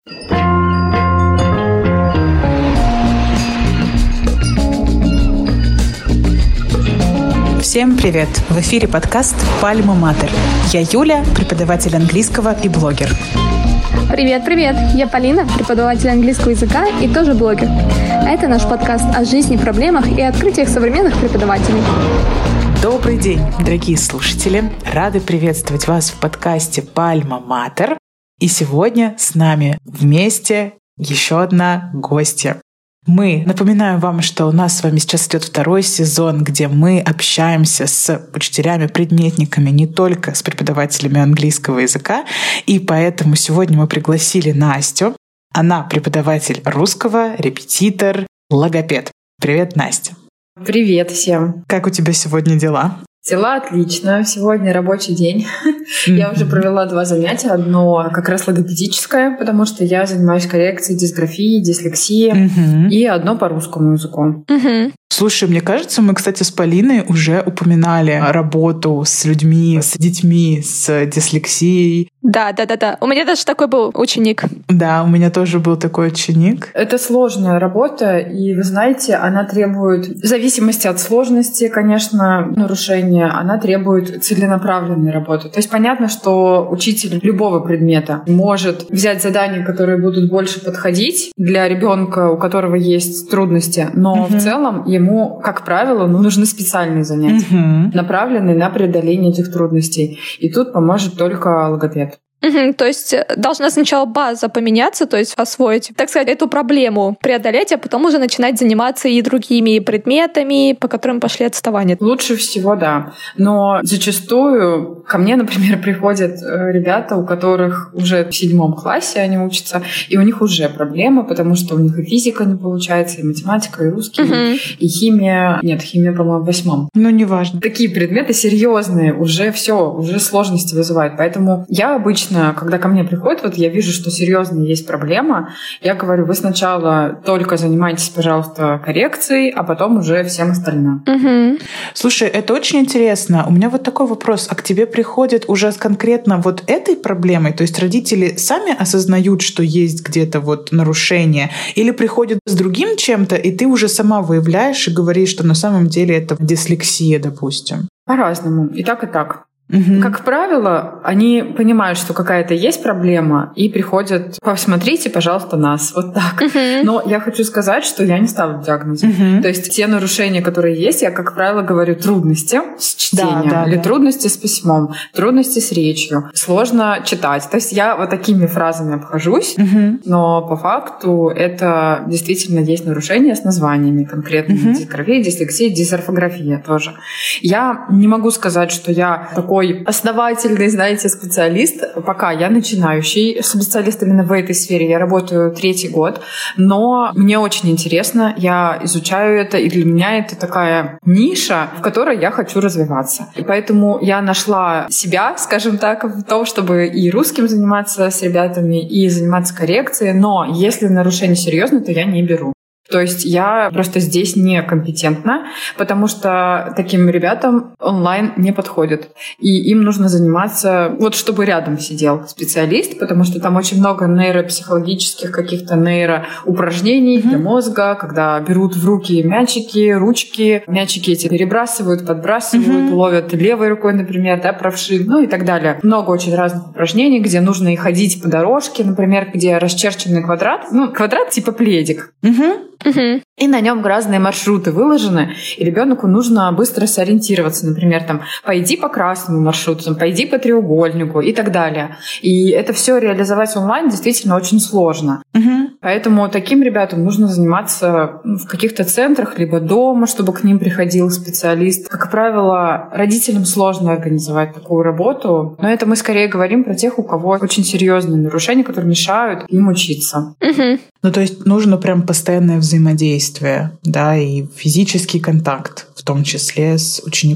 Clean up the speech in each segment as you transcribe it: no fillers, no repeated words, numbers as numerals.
Всем привет! В эфире подкаст «Пальма Матер». Я Юля, преподаватель английского и блогер. Привет-привет! Я Полина, преподаватель английского языка и тоже блогер. А это наш подкаст о жизни, проблемах и открытиях современных преподавателей. Добрый день, дорогие слушатели! Рады приветствовать вас в подкасте «Пальма Матер». И сегодня с нами вместе еще одна гостья. Мы напоминаем вам, что у нас с вами сейчас идет второй сезон, где мы общаемся с учителями-предметниками, не только с преподавателями английского языка. И поэтому сегодня мы пригласили Настю. Она преподаватель русского, репетитор, логопед. Привет, Настя. Привет всем. Как у тебя сегодня дела? Дела отлично. Сегодня рабочий день. Я уже провела 2 занятия. Одно как раз логопедическое, потому что я занимаюсь коррекцией дисграфии, дислексии. И одно по русскому языку. Слушай, мне кажется, мы, кстати, с Полиной уже упоминали работу с людьми, с детьми с дислексией. Да. У меня даже такой был ученик. Да, у меня тоже был такой ученик. Это сложная работа, и, вы знаете, она требует, в зависимости от сложности, конечно, нарушения, она требует целенаправленной работы. То есть понятно, что учитель любого предмета может взять задания, которые будут больше подходить для ребенка, у которого есть трудности, но в целом ему, как правило, нужны специальные занятия, направленные на преодоление этих трудностей. И тут поможет только логопед. То есть должна сначала база поменяться, то есть освоить, так сказать, эту проблему преодолеть, а потом уже начинать заниматься и другими предметами, по которым пошли отставания. Лучше всего, да. Но зачастую ко мне, например, приходят ребята, у которых уже в 7 классе они учатся, и у них уже проблемы, потому что у них и физика не получается, и математика, и русский, и химия. Нет, химия, по-моему, в 8. Ну, неважно. Такие предметы серьезные, уже сложности вызывают. Поэтому я обычно, когда ко мне приходят, вот я вижу, что серьезная есть проблема, я говорю, вы сначала только занимайтесь, пожалуйста, коррекцией, а потом уже всем остальным. Слушай, это очень интересно. У меня вот такой вопрос. А к тебе приходят уже с конкретно вот этой проблемой? То есть родители сами осознают, что есть где-то вот нарушение? Или приходят с другим чем-то, и ты уже сама выявляешь и говоришь, что на самом деле это дислексия, допустим? По-разному. И так, и так. Как правило, они понимают, что какая-то есть проблема, и приходят: посмотрите, пожалуйста, нас. Вот так. Но я хочу сказать, что я не ставлю диагнозы. То есть те нарушения, которые есть, я, как правило, говорю трудности с чтением, или трудности с письмом, трудности с речью, сложно читать. То есть я вот такими фразами обхожусь, но по факту это действительно есть нарушения с названиями конкретно. Дисграфия, дислексия, дисорфография тоже. Я не могу сказать, что я такой основательный, знаете, специалист. Пока я начинающий специалист именно в этой сфере. Я работаю 3-й год, но мне очень интересно. Я изучаю это, и для меня это такая ниша, в которой я хочу развиваться. И поэтому я нашла себя, скажем так, в том, чтобы и русским заниматься с ребятами, и заниматься коррекцией. Но если нарушение серьезное, то я не беру. То есть я просто здесь некомпетентна, потому что таким ребятам онлайн не подходит. И им нужно заниматься, вот чтобы рядом сидел специалист, потому что там очень много нейропсихологических каких-то нейроупражнений для мозга, когда берут в руки мячики, ручки, мячики эти перебрасывают, подбрасывают, ловят левой рукой, например, да, правши, ну и так далее. Много очень разных упражнений, где нужно и ходить по дорожке, например, где расчерченный квадрат, квадрат типа пледик. И на нем разные маршруты выложены, и ребенку нужно быстро сориентироваться. Например, там, пойди по красному маршруту, там, пойди по треугольнику и так далее. И это все реализовать онлайн действительно очень сложно. Поэтому таким ребятам нужно заниматься в каких-то центрах, либо дома, чтобы к ним приходил специалист. Как правило, родителям сложно организовать такую работу, но это мы скорее говорим про тех, у кого очень серьезные нарушения, которые мешают им учиться. Ну, то есть нужно прям постоянное взаимодействие, да, и физический контакт, в том числе с учеником.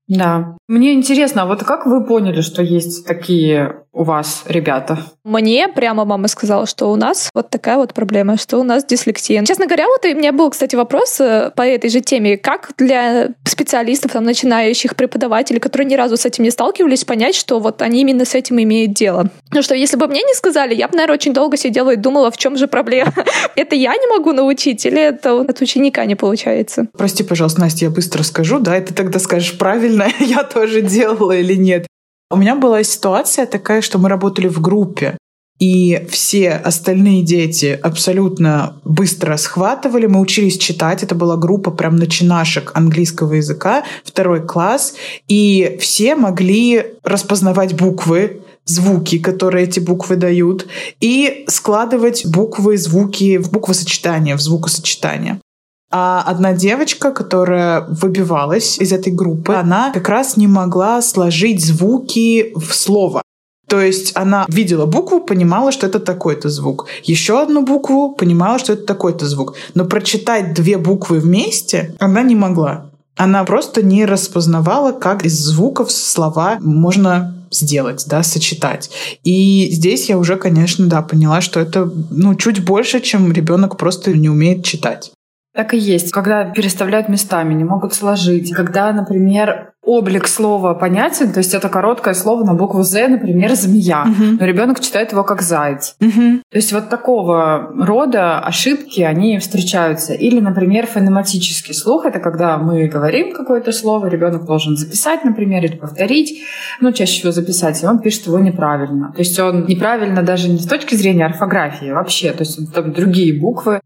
Да. Мне интересно, а вот как вы поняли, что есть такие у вас ребята? Мне прямо мама сказала, что у нас вот такая вот проблема, что у нас дислексия. Честно говоря, вот у меня был, кстати, вопрос по этой же теме. Как для специалистов, там, начинающих преподавателей, которые ни разу с этим не сталкивались, понять, что вот они именно с этим имеют дело? Ну что, если бы мне не сказали, я бы, наверное, очень долго сидела и думала, в чем же проблема. Это я не могу научить или это от ученика не получается? Прости, пожалуйста, Настя, я быстро скажу, да, и ты тогда скажешь, правильно я тоже делала или нет. У меня была ситуация такая, что мы работали в группе, и все остальные дети абсолютно быстро схватывали. Мы учились читать. Это была группа прям начинашек английского языка, 2 класс. И все могли распознавать буквы, звуки, которые эти буквы дают, и складывать буквы, звуки в буквосочетание, в звукосочетание. А одна девочка, которая выбивалась из этой группы, она как раз не могла сложить звуки в слово. То есть она видела букву, понимала, что это такой-то звук. Еще одну букву, понимала, что это такой-то звук. Но прочитать 2 буквы вместе она не могла. Она просто не распознавала, как из звуков слова можно сделать, да, сочетать. И здесь я уже, конечно, да, поняла, что это чуть больше, чем ребенок просто не умеет читать. Так и есть. Когда переставляют местами, не могут сложить. Когда, например, облик слова понятен, то есть это короткое слово на букву «З», например, «змея», но ребенок читает его как «заяц». То есть вот такого рода ошибки, они встречаются. Или, например, фонематический слух — это когда мы говорим какое-то слово, ребенок должен записать, например, или повторить, чаще всего записать, и он пишет его неправильно. То есть он неправильно даже не с точки зрения орфографии вообще, то есть там другие буквы.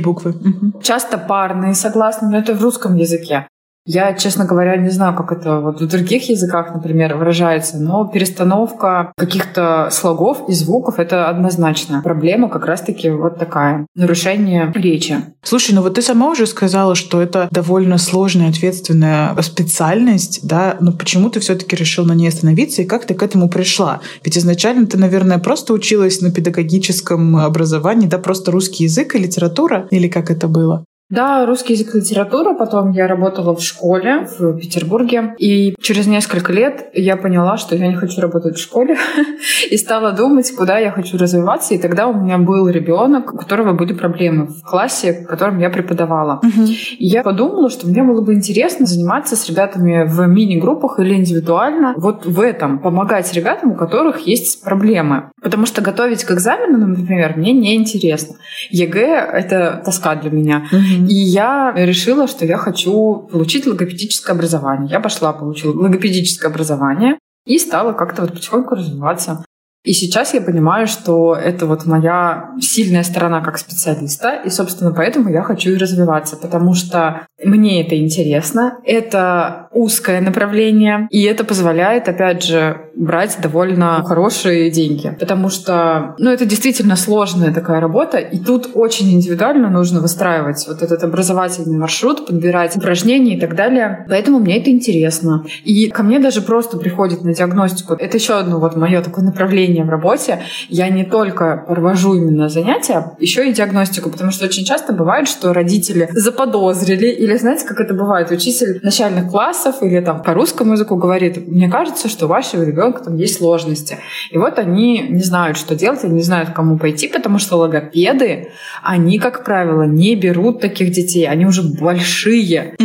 Часто парные согласные, но это в русском языке. Я, честно говоря, не знаю, как это вот в других языках, например, выражается, но перестановка каких-то слогов и звуков — это однозначно проблема, как раз-таки вот такая, нарушение речи. Слушай, вот ты сама уже сказала, что это довольно сложная, ответственная специальность, да, но почему ты все-таки решила на ней остановиться и как ты к этому пришла? Ведь изначально ты, наверное, просто училась на педагогическом образовании, да, просто русский язык и литература, или как это было? Да, русский язык и литература. Потом я работала в школе в Петербурге. И через несколько лет я поняла, что я не хочу работать в школе. И стала думать, куда я хочу развиваться. И тогда у меня был ребенок, у которого были проблемы в классе, в котором я преподавала. И я подумала, что мне было бы интересно заниматься с ребятами в мини-группах или индивидуально. Вот в этом. Помогать ребятам, у которых есть проблемы. Потому что готовить к экзамену, например, мне неинтересно. ЕГЭ — это тоска для меня. И я решила, что я хочу получить логопедическое образование. Я получила логопедическое образование и стала как-то вот потихоньку развиваться. И сейчас я понимаю, что это вот моя сильная сторона как специалиста, и, собственно, поэтому я хочу и развиваться, потому что мне это интересно, это узкое направление, и это позволяет, опять же, брать довольно хорошие деньги, потому что, это действительно сложная такая работа, и тут очень индивидуально нужно выстраивать вот этот образовательный маршрут, подбирать упражнения и так далее, поэтому мне это интересно. И ко мне даже просто приходит на диагностику, это еще одно вот мое такое направление в работе. Я не только провожу именно занятия, еще и диагностику, потому что очень часто бывает, что родители заподозрили, или знаете, как это бывает, учитель начальных классов или там по русскому языку говорит: мне кажется, что у вашего ребенка там есть сложности. И вот они не знают, что делать, они не знают, к кому пойти, потому что логопеды, они, как правило, не берут таких детей, они уже большие.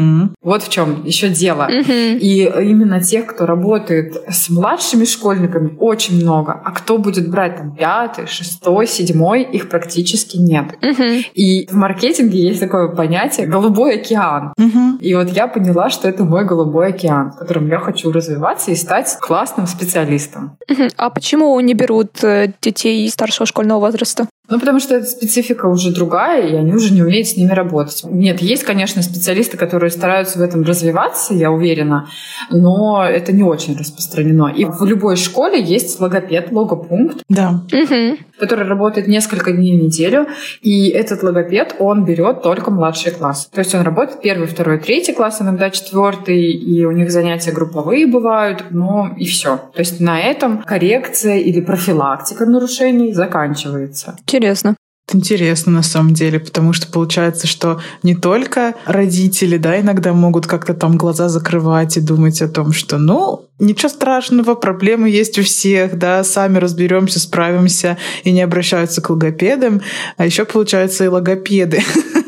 Вот в чем еще дело. И именно тех, кто работает с младшими школьниками, очень много. А кто будет брать там 5, 6, 7, их практически нет. И в маркетинге есть такое понятие «голубой океан». И вот я поняла, что это мой голубой океан, в котором я хочу развиваться и стать классным специалистом. А почему не берут детей старшего школьного возраста? Потому что эта специфика уже другая, и они уже не умеют с ними работать. Нет, есть, конечно, специалисты, которые стараются в этом развиваться, я уверена, но это не очень распространено. И в любой школе есть логопед, логопункт, который работает несколько дней в неделю, и этот логопед, он берет только младшие классы. То есть он работает 1, 2, 3 класс, иногда 4, и у них занятия групповые бывают, но и все. То есть на этом коррекция или профилактика нарушений заканчивается. Интересно. Это интересно на самом деле, потому что получается, что не только родители, да, иногда могут как-то там глаза закрывать и думать о том, что, ничего страшного, проблемы есть у всех, да, сами разберемся, справимся и не обращаются к логопедам, а еще получается и логопеды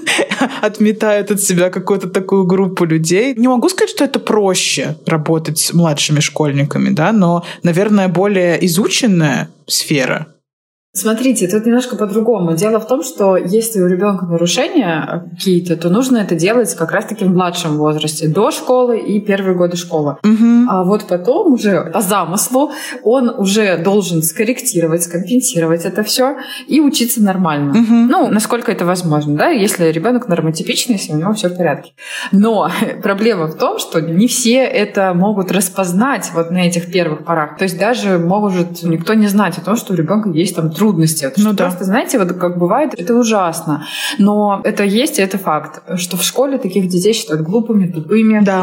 отметают от себя какую-то такую группу людей. Не могу сказать, что это проще работать с младшими школьниками, да, но, наверное, более изученная сфера. Смотрите, тут немножко по-другому. Дело в том, что если у ребенка нарушения какие-то, то нужно это делать как раз-таки в младшем возрасте, до школы и первые годы школы. А вот потом уже по замыслу он уже должен скорректировать, скомпенсировать это все и учиться нормально. Насколько это возможно, да, если ребенок нормотипичный, если у него все в порядке. Но проблема в том, что не все это могут распознать вот на этих первых порах. То есть даже может никто не знать о том, что у ребенка есть там трудности. Просто, знаете, вот как бывает, это ужасно. Но это есть, и это факт, что в школе таких детей считают глупыми, тупыми. Да.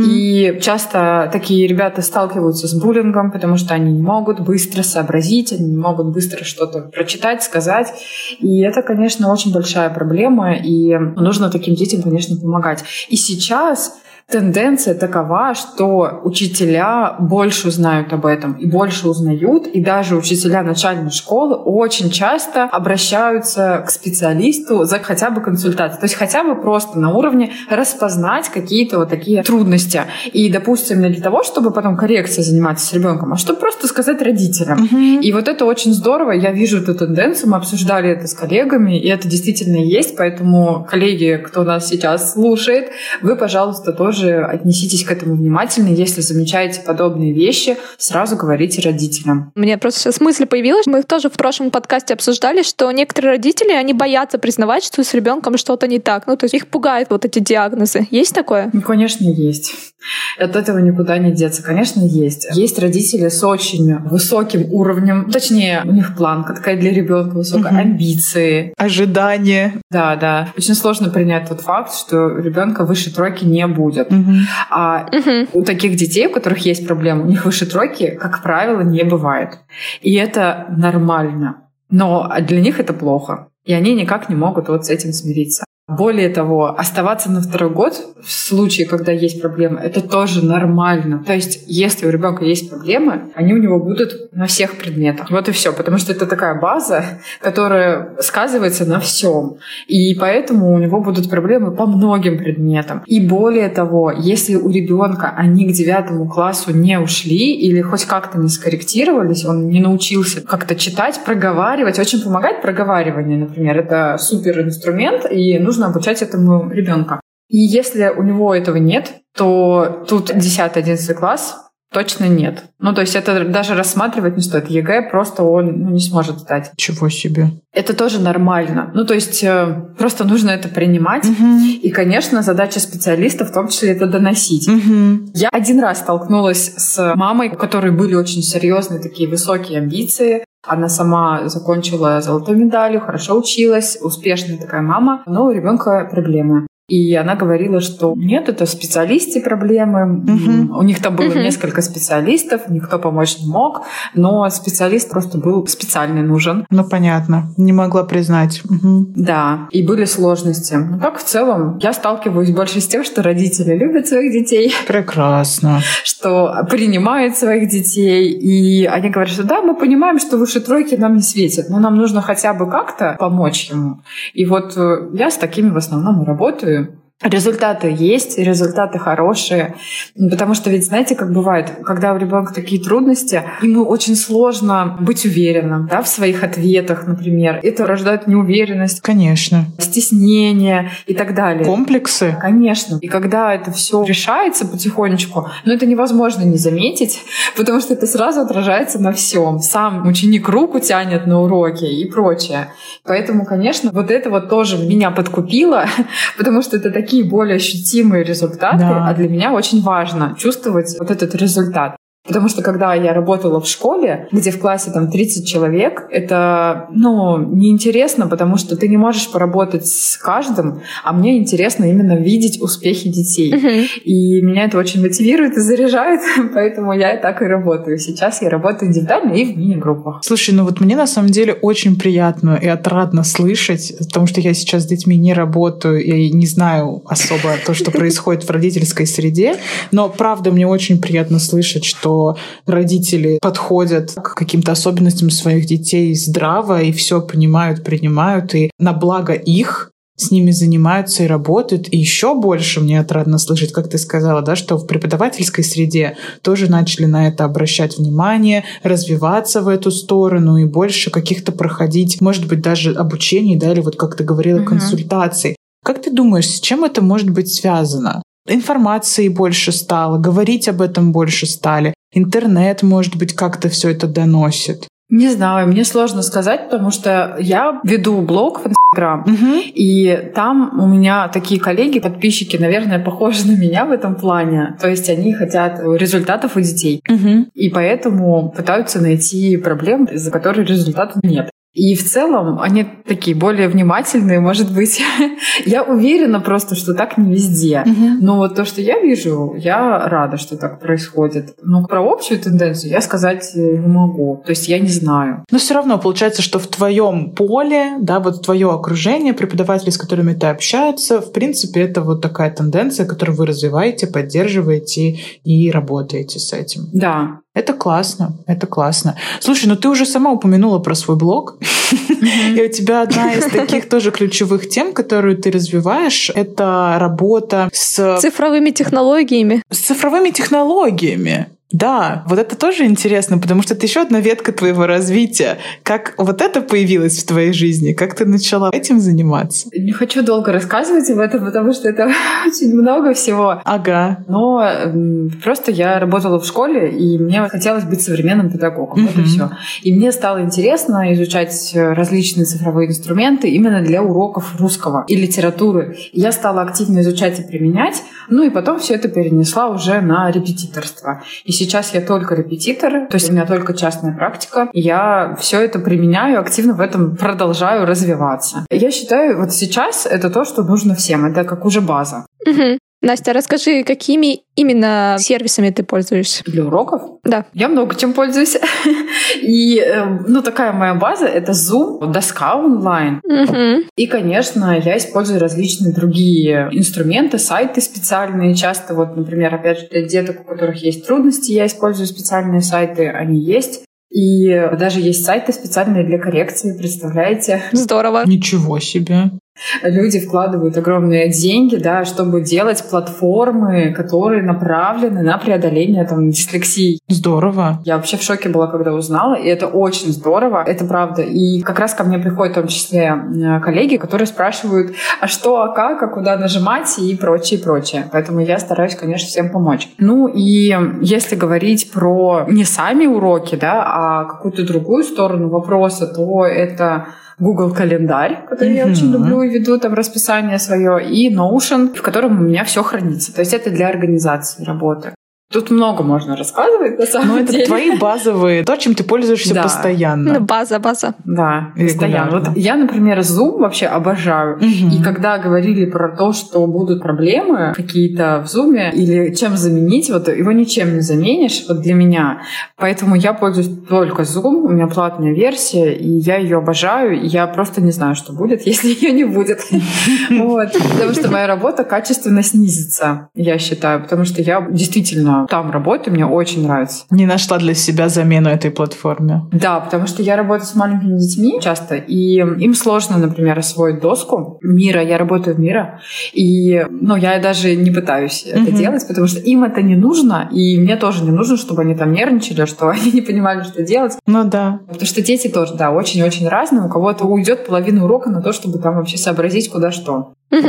И часто такие ребята сталкиваются с буллингом, потому что они не могут быстро сообразить, они не могут быстро что-то прочитать, сказать. И это, конечно, очень большая проблема, и нужно таким детям, конечно, помогать. И сейчас тенденция такова, что учителя больше знают об этом и больше узнают, и даже учителя начальной школы очень часто обращаются к специалисту за хотя бы консультацией. То есть хотя бы просто на уровне распознать какие-то вот такие трудности. И, допустим, не для того, чтобы потом коррекцией заниматься с ребенком, а чтобы просто сказать родителям. И вот это очень здорово. Я вижу эту тенденцию, мы обсуждали это с коллегами, и это действительно есть. Поэтому, коллеги, кто нас сейчас слушает, вы, пожалуйста, тоже отнеситесь к этому внимательно. Если замечаете подобные вещи, сразу говорите родителям. Мне просто сейчас мысль появилась. Мы тоже в прошлом подкасте обсуждали, что некоторые родители, они боятся признавать, что с ребенком что-то не так. То есть их пугают вот эти диагнозы. Есть такое? Конечно, есть. От этого никуда не деться. Конечно, есть. Есть родители с очень высоким уровнем, точнее, у них планка такая для ребенка высокая, амбиции, ожидания. Да. Очень сложно принять тот факт, что ребенка выше тройки не будет. У таких детей, у которых есть проблемы, у них выше тройки, как правило, не бывает. И это нормально. Но для них это плохо. И они никак не могут вот с этим смириться. Более того, оставаться на второй год в случае, когда есть проблемы, это тоже нормально. То есть, если у ребенка есть проблемы, они у него будут на всех предметах. Вот и все. Потому что это такая база, которая сказывается на всем. И поэтому у него будут проблемы по многим предметам. И более того, если у ребенка они к 9 классу не ушли или хоть как-то не скорректировались, он не научился как-то читать, проговаривать. Очень помогает проговаривание, например. Это супер инструмент, и нужно обучать этому ребенка. И если у него этого нет, то тут 10-11 класс точно нет. То есть это даже рассматривать не стоит. ЕГЭ просто он не сможет сдать. Чего себе. Это тоже нормально. То есть просто нужно это принимать. И, конечно, задача специалиста в том числе это доносить. Я один раз столкнулась с мамой, у которой были очень серьезные такие высокие амбиции. Она сама закончила золотой медалью, хорошо училась, успешная такая мама, но у ребенка проблемы. И она говорила, что нет, это в специалисте проблемы. У них там было несколько специалистов, никто помочь не мог, но специалист просто был специальный нужен. Понятно, не могла признать. Да, и были сложности. Так в целом я сталкиваюсь больше с тем, что родители любят своих детей. Прекрасно. Что принимают своих детей, и они говорят, что да, мы понимаем, что выше тройки нам не светит, но нам нужно хотя бы как-то помочь ему. И вот я с такими в основном работаю. Результаты есть, результаты хорошие, потому что ведь знаете, как бывает, когда у ребенка такие трудности, ему очень сложно быть уверенным, в своих ответах, например. Это рождает неуверенность, конечно, стеснение и так далее. Комплексы, конечно. И когда это все решается потихонечку, это невозможно не заметить, потому что это сразу отражается на всем. Сам ученик руку тянет на уроке и прочее. Поэтому, конечно, вот это вот тоже меня подкупило, потому что это такие более ощутимые результаты, а для меня очень важно чувствовать вот этот результат. Потому что когда я работала в школе, где в классе там 30 человек, это, неинтересно, потому что ты не можешь поработать с каждым, а мне интересно именно видеть успехи детей. И меня это очень мотивирует и заряжает, поэтому я так и работаю. Сейчас я работаю индивидуально и в мини-группах. Слушай, мне на самом деле очень приятно и отрадно слышать, потому что я сейчас с детьми не работаю и не знаю особо то, что происходит в родительской среде, но правда мне очень приятно слышать, что родители подходят к каким-то особенностям своих детей здраво и все понимают, принимают, и на благо их с ними занимаются и работают. И еще больше мне отрадно слышать, как ты сказала, да, что в преподавательской среде тоже начали на это обращать внимание, развиваться в эту сторону и больше каких-то проходить, может быть, даже обучений, да, или вот как ты говорила, консультаций. Как ты думаешь, с чем это может быть связано? Информации больше стало, говорить об этом больше стали. Интернет, может быть, как-то все это доносит. Не знаю, мне сложно сказать, потому что я веду блог в Инстаграм, и там у меня такие коллеги, подписчики, наверное, похожи на меня в этом плане. То есть они хотят результатов у детей, и поэтому пытаются найти проблемы, из-за которых результатов нет. И в целом они такие более внимательные, может быть. Я уверена просто, что так не везде. Но вот то, что я вижу, я рада, что так происходит. Но про общую тенденцию я сказать не могу. То есть я не знаю. Но все равно получается, что в твоем поле, да, вот твое окружение, преподаватели, с которыми ты общаешься, в принципе, это вот такая тенденция, которую вы развиваете, поддерживаете и работаете с этим. Да. Это классно, это классно. Слушай, ты уже сама упомянула про свой блог. И у тебя одна из таких тоже ключевых тем, которую ты развиваешь, это работа с цифровыми технологиями. С цифровыми технологиями. Да, вот это тоже интересно, потому что это еще одна ветка твоего развития. Как вот это появилось в твоей жизни? Как ты начала этим заниматься? Не хочу долго рассказывать об этом, потому что это очень много всего. Ага. Но просто я работала в школе, и мне хотелось быть современным педагогом. Вот и все. И мне стало интересно изучать различные цифровые инструменты именно для уроков русского и литературы. И я стала активно изучать и применять. И потом все это перенесла уже на репетиторство. И сейчас я только репетитор, то есть у меня только частная практика. И я все это применяю, активно в этом продолжаю развиваться. Я считаю, вот сейчас это то, что нужно всем. Это как уже база. Настя, расскажи, какими именно сервисами ты пользуешься? Для уроков? Да. Я много чем пользуюсь. И, такая моя база — это Zoom, доска онлайн. И, конечно, я использую различные другие инструменты, сайты специальные. Часто, например, опять же, для деток, у которых есть трудности, я использую специальные сайты, они есть. И даже есть сайты специальные для коррекции, представляете? Здорово. Ничего себе. Люди вкладывают огромные деньги, да, чтобы делать платформы, которые направлены на преодоление дислексии. Здорово. Я вообще в шоке была, когда узнала, и это очень здорово, это правда. И как раз ко мне приходят в том числе коллеги, которые спрашивают, а что, а как, а куда нажимать и прочее, прочее. Поэтому я стараюсь, конечно, всем помочь. И если говорить про не сами уроки, да, а какую-то другую сторону вопроса, то это Google календарь, который я очень люблю и веду там расписание свое, и Notion, в котором у меня все хранится. То есть это для организации работы. Тут много можно рассказывать, на самом деле. Это твои базовые, то, чем ты пользуешься постоянно. База. Да, постоянно. Я, например, Zoom вообще обожаю. И когда говорили про то, что будут проблемы какие-то в Zoom или чем заменить, его ничем не заменишь, для меня. Поэтому я пользуюсь только Zoom, у меня платная версия, и я ее обожаю, и я просто не знаю, что будет, если ее не будет. Потому что моя работа качественно снизится, я считаю, потому что я действительно там работаю, мне очень нравится. Не нашла для себя замену этой платформе. Да, потому что я работаю с маленькими детьми часто, и им сложно, например, освоить доску Мира. Я работаю в Мира, и я даже не пытаюсь это делать, потому что им это не нужно, и мне тоже не нужно, чтобы они там нервничали, что они не понимали, что делать. Да. Потому что дети тоже, да, очень-очень разные. У кого-то уйдет половина урока на то, чтобы там вообще сообразить, куда что.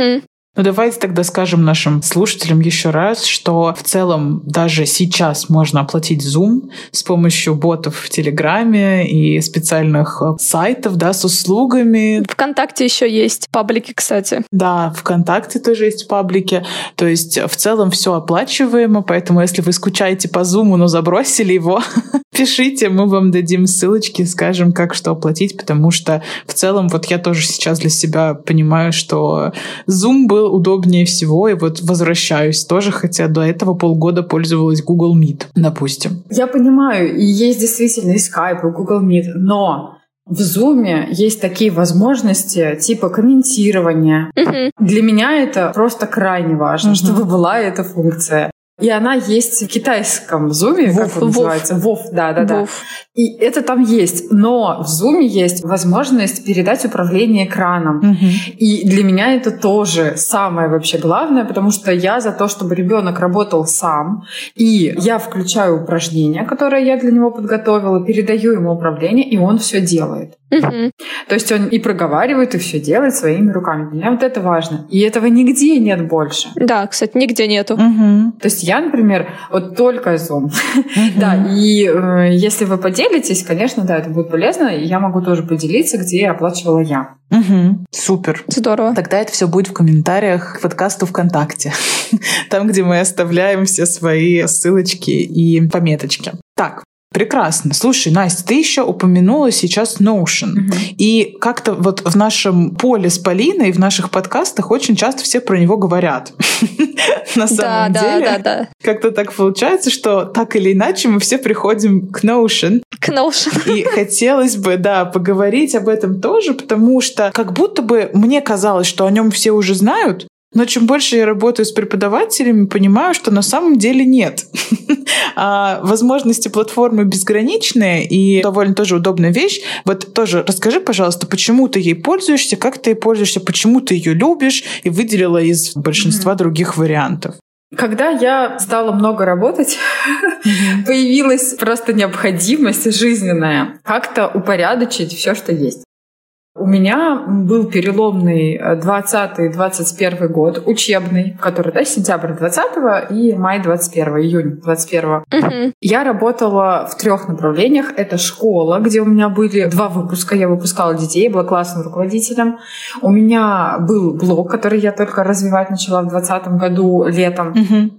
Ну, давайте тогда скажем нашим слушателям еще раз, что в целом даже сейчас можно оплатить Zoom с помощью ботов в Телеграме и специальных сайтов, да, с услугами. ВКонтакте еще есть паблики, кстати. Да, ВКонтакте тоже есть паблики. То есть в целом все оплачиваемо, поэтому если вы скучаете по Zoom, но забросили его, пишите, мы вам дадим ссылочки, скажем, как что оплатить, потому что в целом вот я тоже сейчас для себя понимаю, что Zoom был удобнее всего, и вот возвращаюсь тоже, хотя до этого полгода пользовалась Google Meet, допустим. Я понимаю, и есть действительно и Skype, и Google Meet, но в Zoom есть такие возможности типа комментирования. Для меня это просто крайне важно, чтобы была эта функция. И она есть в китайском Zoom, как он называется? WOW, да. И это там есть. Но в Zoom есть возможность передать управление экраном. И для меня это тоже самое вообще главное, потому что я за то, чтобы ребенок работал сам. И я включаю упражнения, которые я для него подготовила, передаю ему управление, и он все делает. То есть он и проговаривает, и все делает своими руками. Для меня вот это важно. И этого нигде нет больше. Да, кстати, нигде нету. То есть я, например, вот только Zoom. Да, и если вы поделитесь, конечно, да, это будет полезно. И я могу тоже поделиться, где оплачивала я. Супер. Здорово. Тогда это все будет в комментариях к подкасту ВКонтакте. Там, где мы оставляем все свои ссылочки и пометочки. Так. Прекрасно. Слушай, Настя, ты еще упомянула сейчас Notion. И как-то вот в нашем поле с Полиной, в наших подкастах очень часто все про него говорят. На самом деле. Да. Как-то так получается, что так или иначе мы все приходим к Notion. И хотелось бы, да, поговорить об этом тоже, потому что как будто бы мне казалось, что о нем все уже знают, но чем больше я работаю с преподавателями, понимаю, что на самом деле нет. А возможности платформы безграничные и довольно тоже удобная вещь. Вот тоже расскажи, пожалуйста, почему ты ей пользуешься, как ты ей пользуешься, почему ты ее любишь и выделила из большинства других вариантов. Когда я стала много работать, появилась просто необходимость жизненная как-то упорядочить все, что есть. У меня был переломный 20-21 год, учебный, который, сентябрь 20 и май 21, июнь 21. Я работала в 3 направлениях. Это школа, где у меня были 2 выпуска. Я выпускала детей, была классным руководителем. У меня был блог, который я только развивать начала в 2020 году летом.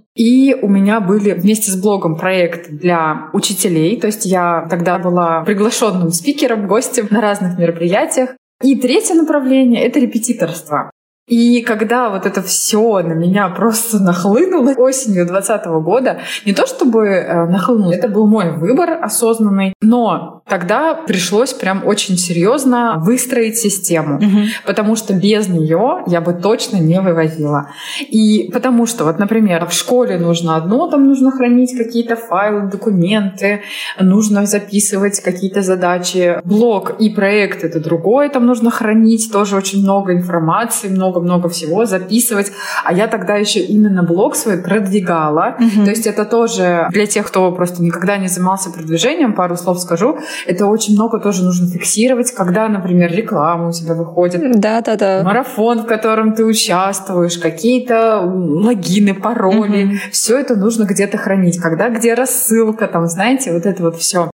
И у меня были вместе с блогом проекты для учителей. То есть я тогда была приглашенным спикером, гостем на разных мероприятиях. И 3 направление — это репетиторство. И когда вот это все на меня просто нахлынуло осенью 2020 года, не то чтобы нахлынуло, это был мой выбор осознанный, но тогда пришлось прям очень серьезно выстроить систему, потому что без нее я бы точно не вывозила. И потому что, вот, например, в школе нужно одно, там нужно хранить какие-то файлы, документы, нужно записывать какие-то задачи, блог и проект — это другое, там нужно хранить тоже очень много информации, много всего записывать. А я тогда еще именно блог свой продвигала. То есть это тоже для тех, кто просто никогда не занимался продвижением, пару слов скажу, это очень много тоже нужно фиксировать, когда, например, реклама у тебя выходит. Да. Марафон, в котором ты участвуешь, какие-то логины, пароли. Все это нужно где-то хранить. Когда где рассылка, там, знаете, вот это вот все.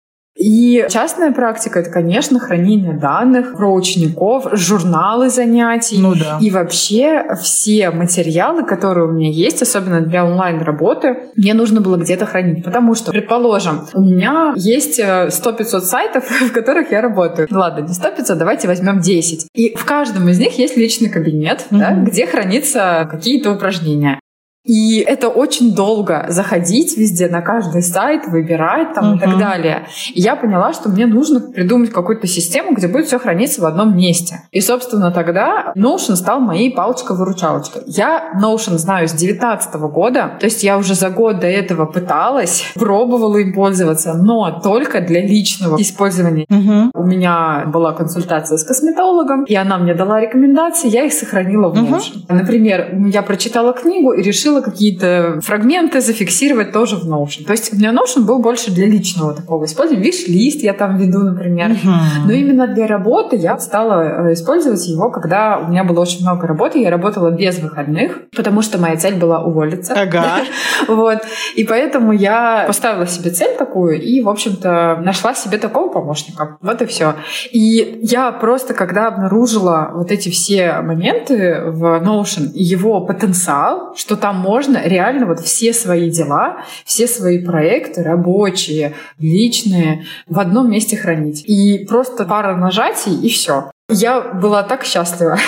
И частная практика — это, конечно, хранение данных про учеников, журналы занятий. И вообще все материалы, которые у меня есть, особенно для онлайн-работы, мне нужно было где-то хранить. Потому что, предположим, у меня есть 100-500 сайтов, в которых я работаю. Ладно, не 100-500, давайте возьмем 10. И в каждом из них есть личный кабинет, где хранятся какие-то упражнения. И это очень долго заходить везде, на каждый сайт, выбирать там и так далее. И я поняла, что мне нужно придумать какую-то систему, где будет все храниться в одном месте. И, собственно, тогда Notion стал моей палочкой-выручалочкой. Я Notion знаю с 2019 года, то есть я уже за год до этого пыталась, пробовала им пользоваться, но только для личного использования. У меня была консультация с косметологом, и она мне дала рекомендации, я их сохранила в Notion. Например, я прочитала книгу и решила решила какие-то фрагменты зафиксировать тоже в Notion. То есть у меня Notion был больше для личного такого использования. Виш-лист я там веду, например. Но именно для работы я стала использовать его, когда у меня было очень много работы. Я работала без выходных, потому что моя цель была уволиться. Вот. И поэтому я поставила себе цель такую и, в общем-то, нашла себе такого помощника. Вот и все. И я просто, когда обнаружила вот эти все моменты в Notion и его потенциал, что там можно реально вот все свои дела, все свои проекты рабочие, личные в одном месте хранить. И просто пара нажатий, и все. Я была так счастлива.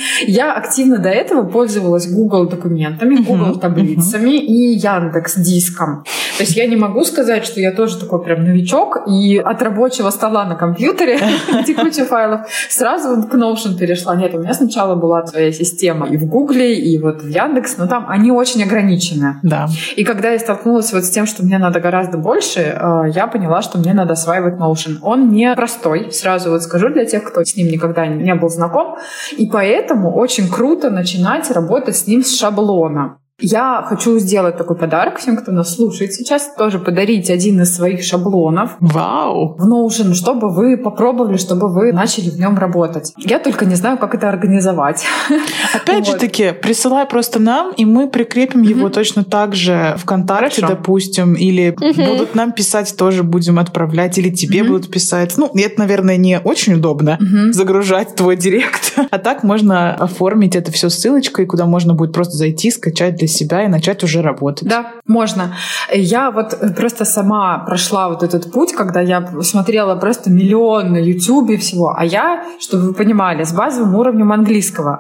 Я активно до этого пользовалась Google документами, Google таблицами и Яндекс диском. То есть я не могу сказать, что я тоже такой прям новичок, и от рабочего стола на компьютере, где куча файлов, сразу вот к Notion перешла. Нет, у меня сначала была своя система и в Google, и вот в Яндекс, но там они очень ограничены. Да. И когда я столкнулась вот с тем, что мне надо гораздо больше, я поняла, что мне надо осваивать Notion. Он не простой, сразу вот скажу для тех, кто с ним никогда не был знаком, и поэтому очень круто начинать работать с ним с шаблона. Я хочу сделать такой подарок всем, кто нас слушает сейчас, тоже подарить один из своих шаблонов. Вау! В Notion, чтобы вы попробовали, чтобы вы начали в нем работать. Я только не знаю, как это организовать. Опять же таки, присылай просто нам, и мы прикрепим его точно так же ВКонтакте, допустим, или будут нам писать, тоже будем отправлять, или тебе будут писать. Ну, это, наверное, не очень удобно загружать твой директ. А так можно оформить это все ссылочкой, куда можно будет просто зайти, скачать для себя и начать уже работать. Да, можно. Я вот просто сама прошла вот этот путь, когда я смотрела просто миллион на YouTube всего, а я, чтобы вы понимали, с базовым уровнем английского.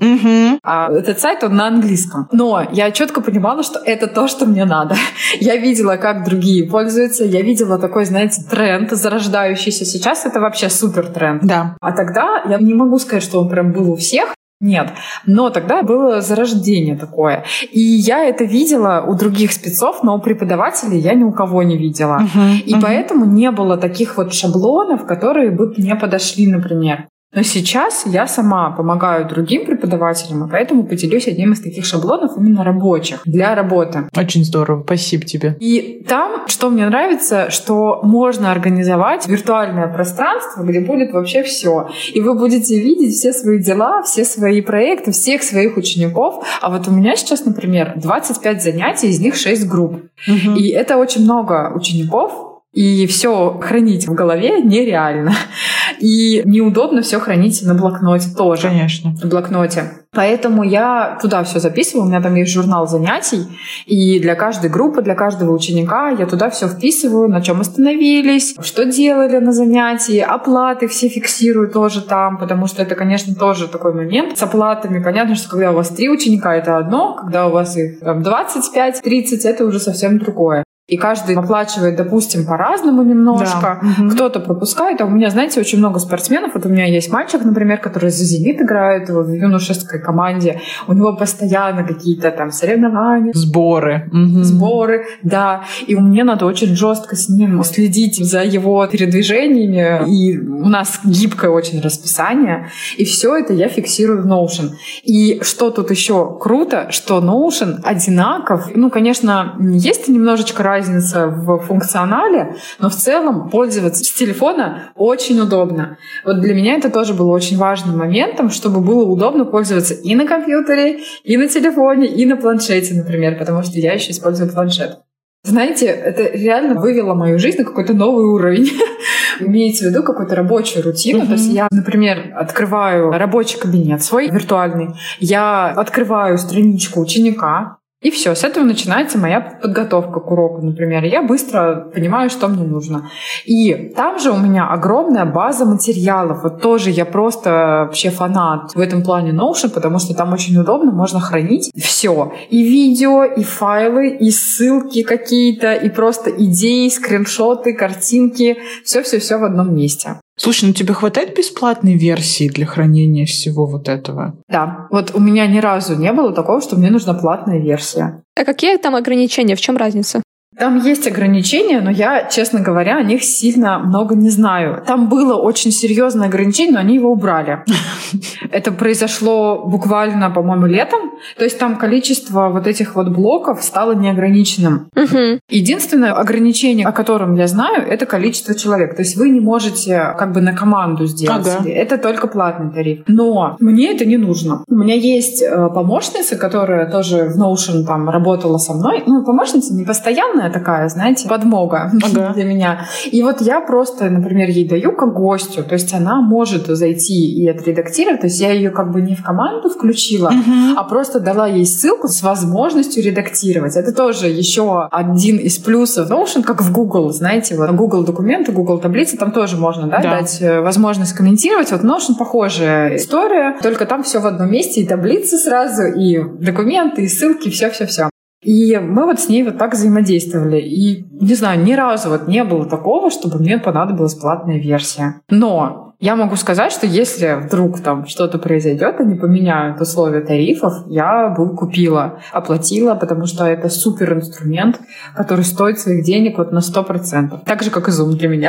А этот сайт, он на английском. Но я четко понимала, что это то, что мне надо. Я видела, как другие пользуются, я видела такой, знаете, тренд зарождающийся. Сейчас это вообще супер тренд. Да. А тогда я не могу сказать, что он прям был у всех. Нет, но тогда было зарождение такое. И я это видела у других спецов, но у преподавателей я ни у кого не видела. И поэтому не было таких вот шаблонов, которые бы мне подошли, например. Но сейчас я сама помогаю другим преподавателям, и поэтому поделюсь одним из таких шаблонов именно рабочих, для работы. Очень здорово, спасибо тебе. И там, что мне нравится, что можно организовать виртуальное пространство, где будет вообще все. И вы будете видеть все свои дела, все свои проекты, всех своих учеников. А вот у меня сейчас, например, 25 занятий, из них 6 групп. И это очень много учеников, и все хранить в голове нереально. И неудобно все хранить на блокноте тоже. Конечно. В блокноте. Поэтому я туда все записываю. У меня там есть журнал занятий. И для каждой группы, для каждого ученика я туда все вписываю, на чем остановились, что делали на занятии, оплаты все фиксирую тоже там, потому что это, конечно, тоже такой момент. С оплатами понятно, что когда у вас 3 ученика, это одно, когда у вас их 25-30, это уже совсем другое. И каждый оплачивает, допустим, по-разному немножко. Да. Кто-то пропускает. А у меня, знаете, очень много спортсменов. Вот у меня есть мальчик, например, который за «Зенит» играет в юношеской команде. У него постоянно какие-то там соревнования. Сборы. Сборы, да. И мне надо очень жестко с ним следить за его передвижениями. И у нас гибкое очень расписание. И все это я фиксирую в Notion. И что тут еще круто, что Notion одинаков. Ну, конечно, есть немножечко разница в функционале, но в целом пользоваться с телефона очень удобно. Вот для меня это тоже было очень важным моментом, чтобы было удобно пользоваться и на компьютере, и на телефоне, и на планшете, например, потому что я еще использую планшет. Знаете, это реально вывело мою жизнь на какой-то новый уровень. Имеется в виду какую-то рабочую рутину. То есть я, например, открываю рабочий кабинет свой виртуальный, я открываю страничку ученика, и все, с этого начинается моя подготовка к уроку, например. Я быстро понимаю, что мне нужно. И там же у меня огромная база материалов. Вот тоже я просто вообще фанат в этом плане Notion, потому что там очень удобно, можно хранить все. И видео, и файлы, и ссылки какие-то, и просто идеи, скриншоты, картинки. Все-все-все в одном месте. Слушай, ну тебе хватает бесплатной версии для хранения всего вот этого? Да. Вот у меня ни разу не было такого, что мне нужна платная версия. А какие там ограничения? В чем разница? Там есть ограничения, но я, честно говоря, о них сильно много не знаю. Там было очень серьезное ограничение, но они его убрали. Это произошло буквально, по-моему, летом. То есть там количество вот этих вот блоков стало неограниченным. Единственное ограничение, о котором я знаю, это количество человек. То есть вы не можете как бы на команду сделать себе. Это только платный тариф. Но мне это не нужно. У меня есть помощница, которая тоже в Notion там работала со мной. Ну, помощница не постоянная такая, знаете, подмога для меня. И вот я просто, например, ей даю как гостю. То есть она может зайти и отредактировать. То есть я ее как бы не в команду включила, а просто дала ей ссылку с возможностью редактировать. Это тоже еще один из плюсов Notion, как в Google, знаете, вот Google документы, Google таблицы, там тоже можно дать возможность комментировать. Вот Notion похожая история, только там все в одном месте, и таблицы сразу, и документы, и ссылки, все-все-все. И мы вот с ней вот так взаимодействовали. И, не знаю, ни разу вот не было такого, чтобы мне понадобилась платная версия. Но я могу сказать, что если вдруг там что-то произойдет, они поменяют условия тарифов, я бы купила, оплатила, потому что это супер инструмент, который стоит своих денег вот на 100%. Так же, как и Zoom для меня.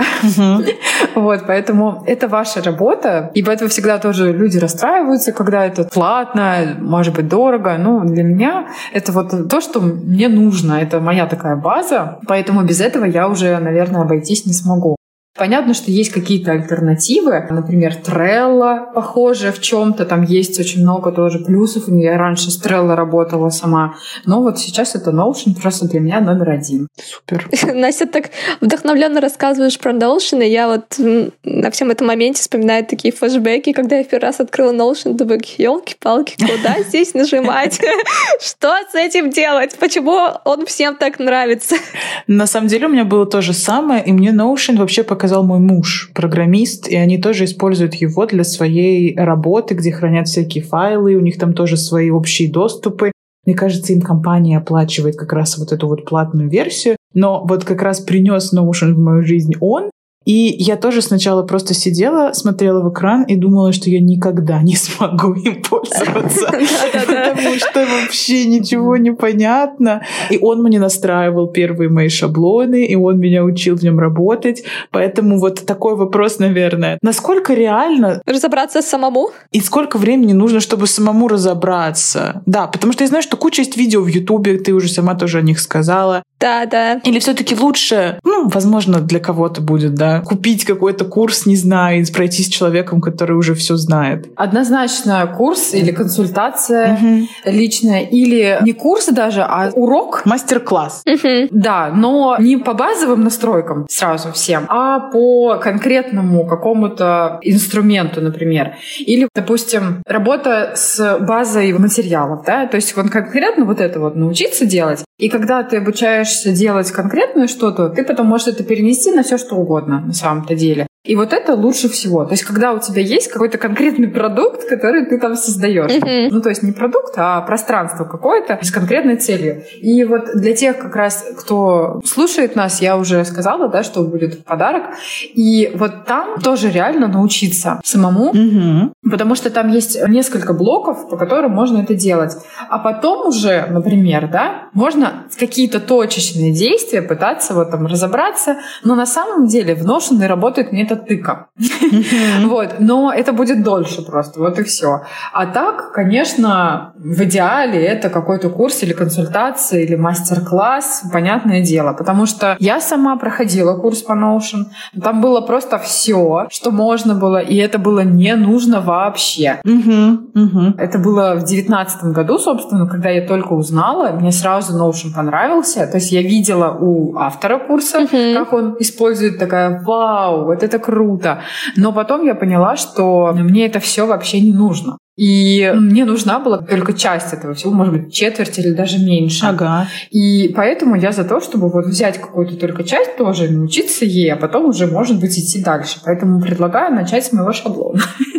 Вот, поэтому это ваша работа. И поэтому всегда тоже люди расстраиваются, когда это платно, может быть, дорого. Но для меня это вот то, что мне нужно. Это моя такая база. Поэтому без этого я уже, наверное, обойтись не смогу. Понятно, что есть какие-то альтернативы, например, Trello похоже в чем-то, там есть очень много тоже плюсов. Я раньше с Trello работала сама, но вот сейчас это Notion просто для меня номер один. Супер. Настя, так вдохновленно рассказываешь про Notion, и я вот на всем этом моменте вспоминаю такие флешбеки, когда я первый раз открыла Notion, думаю, елки-палки, куда здесь нажимать? Что с этим делать? Почему он всем так нравится? На самом деле у меня было то же самое, и мне Notion вообще показал мой муж, программист, и они тоже используют его для своей работы, где хранят всякие файлы, у них там тоже свои общие доступы. Мне кажется, им компания оплачивает как раз вот эту вот платную версию, но вот как раз принес Notion в мою жизнь он. И я тоже сначала просто сидела, смотрела в экран и думала, что я никогда не смогу им пользоваться, потому что вообще ничего не понятно. И он мне настраивал первые мои шаблоны, и он меня учил в нем работать. Поэтому вот такой вопрос, наверное. Насколько реально разобраться самому? И сколько времени нужно, чтобы самому разобраться? Да, потому что я знаю, что куча есть видео в Ютубе, ты уже сама тоже о них сказала. Да. Или все-таки лучше, возможно, для кого-то будет, купить какой-то курс, не знаю, и пройти с человеком, который уже все знает. Однозначно курс или консультация личная, или не курс даже, а урок. Мастер-класс. Да, но не по базовым настройкам сразу всем, а по конкретному какому-то инструменту, например. Или, допустим, работа с базой материалов, да, то есть вот конкретно вот это вот научиться делать. И когда ты обучаешься делать конкретное что-то, ты потом можешь это перенести на все что угодно на самом-то деле. И вот это лучше всего. То есть когда у тебя есть какой-то конкретный продукт, который ты там создаешь. То есть не продукт, а пространство какое-то с конкретной целью. И вот для тех как раз, кто слушает нас, я уже сказала, да, что будет в подарок. И вот там тоже реально научиться самому, потому что там есть несколько блоков, по которым можно это делать. А потом уже, например, да, можно какие-то точечные действия пытаться вот там разобраться, но на самом деле в Notion работает метод тыка. Вот. Но это будет дольше просто. Вот и все. А так, конечно, в идеале это какой-то курс или консультация, или мастер-класс, понятное дело. Потому что я сама проходила курс по Notion. Там было просто все, что можно было, и это было не нужно вообще. Это было в 2019 году, собственно, когда я только узнала. Мне сразу Notion понравился. То есть я видела у автора курса, как он использует, такая: вау, вот это круто. Но потом я поняла, что мне это все вообще не нужно. И мне нужна была только часть этого всего, может быть, четверть или даже меньше. И поэтому я за то, чтобы вот взять какую-то только часть тоже, научиться ей, а потом уже, может быть, идти дальше. Поэтому предлагаю начать с моего шаблона.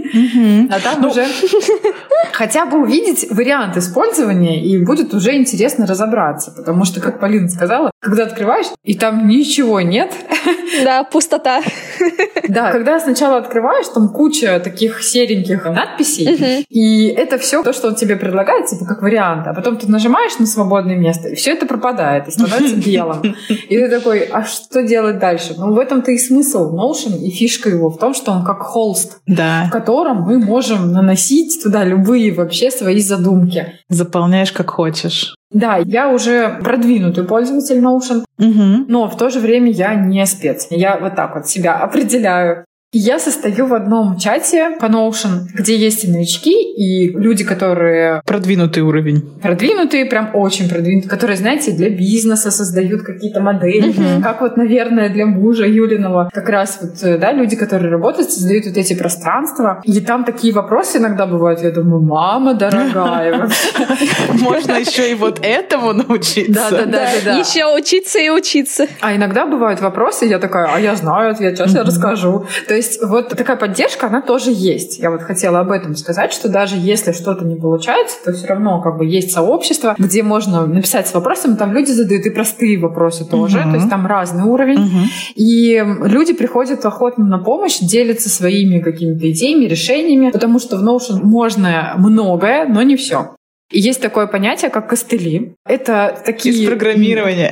А там уже хотя бы увидеть вариант использования, и будет уже интересно разобраться. Потому что, как Полина сказала, когда открываешь, и там ничего нет. Да, пустота. Да, когда сначала открываешь, там куча таких сереньких надписей, и это все то, что он тебе предлагает, типа как вариант. А потом ты нажимаешь на свободное место, и все это пропадает, и становится белым. И ты такой, а что делать дальше? Ну, в этом-то и смысл Notion, и фишка его в том, что он как холст, в котором мы можем наносить туда любые вообще свои задумки. Заполняешь как хочешь. Да, я уже продвинутый пользователь Notion, но в то же время я не спец. Я вот так вот себя определяю. Я состою в одном чате по Notion, где есть и новички, и люди, которые... Продвинутый уровень. Продвинутые, прям очень продвинутые, которые, знаете, для бизнеса создают какие-то модели. Как вот, наверное, для мужа Юлиного. Как раз вот, да, люди, которые работают, создают вот эти пространства. И там такие вопросы иногда бывают. Я думаю, мама дорогая. Можно еще и вот этому научиться. Да. Еще учиться и учиться. А иногда бывают вопросы, я такая, а я знаю ответ, сейчас я расскажу. То есть вот такая поддержка, она тоже есть. Я вот хотела об этом сказать, что даже если что-то не получается, то все равно как бы есть сообщество, где можно написать с вопросом, там люди задают и простые вопросы тоже, то есть там разный уровень. И люди приходят охотно на помощь, делятся своими какими-то идеями, решениями, потому что в Notion можно многое, но не все. И есть такое понятие, как костыли. Это такие... Из программирования.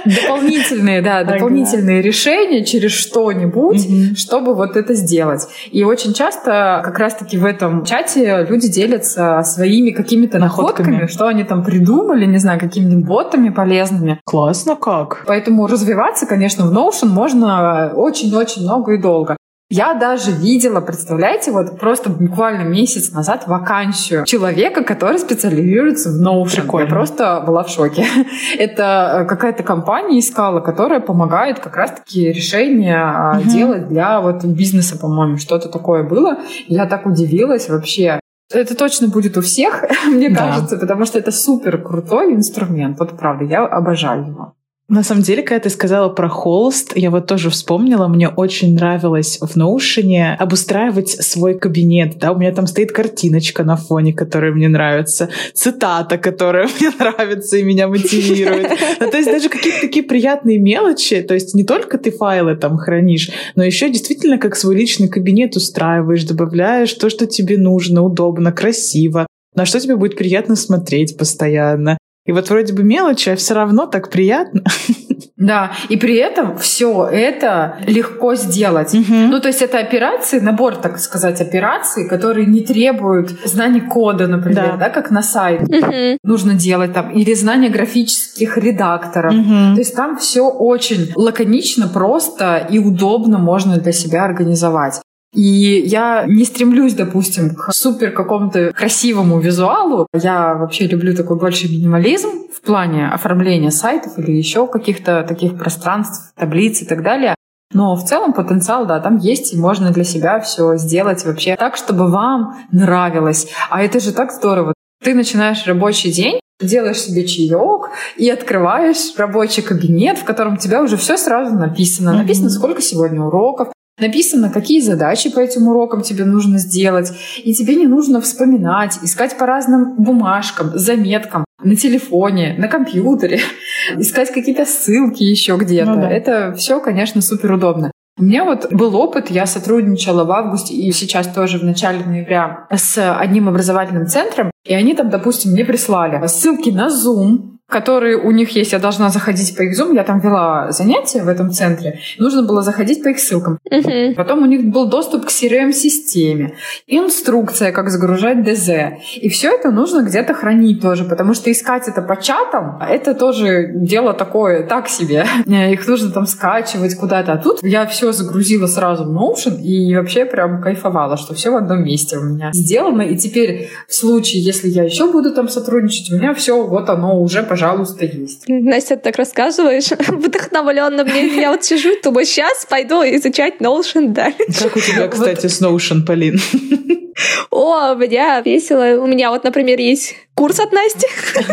Дополнительные решения через что-нибудь, чтобы вот это сделать. И очень часто как раз-таки в этом чате люди делятся своими какими-то находками, что они там придумали, не знаю, какими-то ботами полезными. Классно как. Поэтому развиваться, конечно, в Notion можно очень-очень много и долго. Я даже видела, представляете, вот просто буквально месяц назад вакансию человека, который специализируется в Notion. Прикольно. Я просто была в шоке. Это какая-то компания искала, которая помогает как раз-таки решения делать для вот бизнеса, по-моему. Что-то такое было. Я так удивилась вообще. Это точно будет у всех, мне кажется, потому что это супер крутой инструмент. Вот правда, я обожаю его. На самом деле, когда ты сказала про холст, я вот тоже вспомнила, мне очень нравилось в Notion обустраивать свой кабинет. Да? У меня там стоит картиночка на фоне, которая мне нравится, цитата, которая мне нравится и меня мотивирует. То есть даже какие-то такие приятные мелочи, то есть не только ты файлы там хранишь, но еще действительно как свой личный кабинет устраиваешь, добавляешь то, что тебе нужно, удобно, красиво, на что тебе будет приятно смотреть постоянно. И вот вроде бы мелочи, а все равно так приятно. Да, и при этом все это легко сделать. Ну, то есть это операции, набор, так сказать, операций, которые не требуют знания кода, например, да, как на сайте нужно делать там, или знания графических редакторов. То есть там все очень лаконично, просто и удобно можно для себя организовать. И я не стремлюсь, допустим, к супер какому-то красивому визуалу. Я вообще люблю такой больше минимализм в плане оформления сайтов или еще каких-то таких пространств, таблиц и так далее. Но в целом потенциал, да, там есть, и можно для себя все сделать вообще так, чтобы вам нравилось. А это же так здорово. Ты начинаешь рабочий день, делаешь себе чаек и открываешь рабочий кабинет, в котором у тебя уже все сразу написано. Написано, сколько сегодня уроков. Написано, какие задачи по этим урокам тебе нужно сделать. И тебе не нужно вспоминать, искать по разным бумажкам, заметкам, на телефоне, на компьютере, искать какие-то ссылки еще где-то. Ну, да. Это все, конечно, супер удобно. У меня вот был опыт, я сотрудничала в августе и сейчас тоже в начале ноября с одним образовательным центром, и они там, допустим, мне прислали ссылки на Zoom, которые у них есть, я должна заходить по их Zoom, я там вела занятия в этом центре, нужно было заходить по их ссылкам. Потом у них был доступ к CRM-системе, инструкция, как загружать ДЗ. И все это нужно где-то хранить тоже, потому что искать это по чатам, это тоже дело такое, так себе. Их нужно там скачивать куда-то. А тут я все загрузила сразу в Notion и вообще прям кайфовала, что все в одном месте у меня сделано. И теперь в случае, если я еще буду там сотрудничать, у меня все вот оно уже, пожалуйста, есть. Настя, ты так рассказываешь вдохновленно мне. Я вот сижу, думаю, сейчас пойду изучать Notion дальше. Как у тебя, кстати, с Notion, Полин? О, у меня весело. У меня вот, например, есть курс от Насти,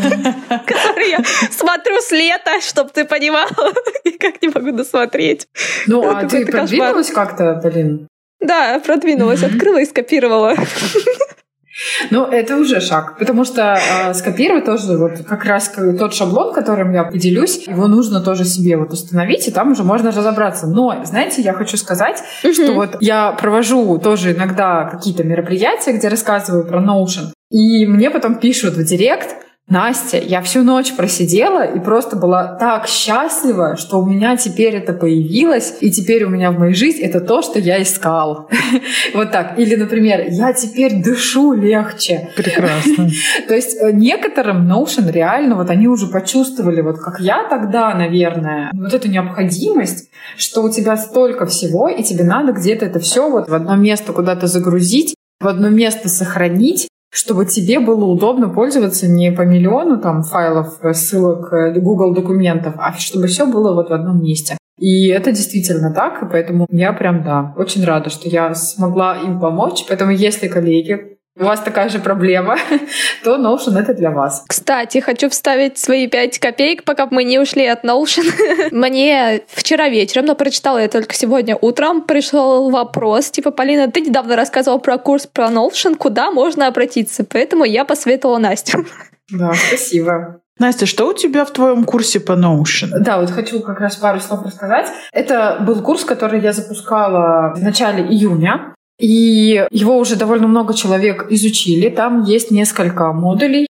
который я смотрю с лета, чтобы ты понимала. Никак не могу досмотреть. Ну, а ты продвинулась как-то, Полин? Да, продвинулась, открыла и скопировала. Ну, это уже шаг, потому что скопировать тоже вот как раз тот шаблон, которым я поделюсь, его нужно тоже себе вот установить, и там уже можно разобраться. Но, знаете, я хочу сказать, что вот я провожу тоже иногда какие-то мероприятия, где рассказываю про Notion, и мне потом пишут в директ: Настя, я всю ночь просидела и просто была так счастлива, что у меня теперь это появилось, и теперь у меня в моей жизни это то, что я искал. Вот так. Или, например, я теперь дышу легче. Прекрасно. То есть некоторым Notion реально вот они уже почувствовали, вот как я тогда, наверное, вот эту необходимость, что у тебя столько всего, и тебе надо где-то это все вот в одно место куда-то загрузить, в одно место сохранить, чтобы тебе было удобно пользоваться не по миллиону там файлов, ссылок, Google документов, а чтобы все было вот в одном месте. И это действительно так, и поэтому я прям, да, очень рада, что я смогла им помочь. Поэтому если, коллеги, у вас такая же проблема, то Notion — это для вас. Кстати, хочу вставить свои 5 копеек, пока мы не ушли от Notion. Мне вчера вечером, но прочитала я только сегодня утром, пришел вопрос, типа: Полина, ты недавно рассказывала про курс про Notion, куда можно обратиться? Поэтому я посоветовала Настю. Да, спасибо. Настя, что у тебя в твоем курсе по Notion? Да, вот хочу как раз пару слов рассказать. Это был курс, который я запускала в начале июня. И его уже довольно много человек изучили. Там есть несколько модулей.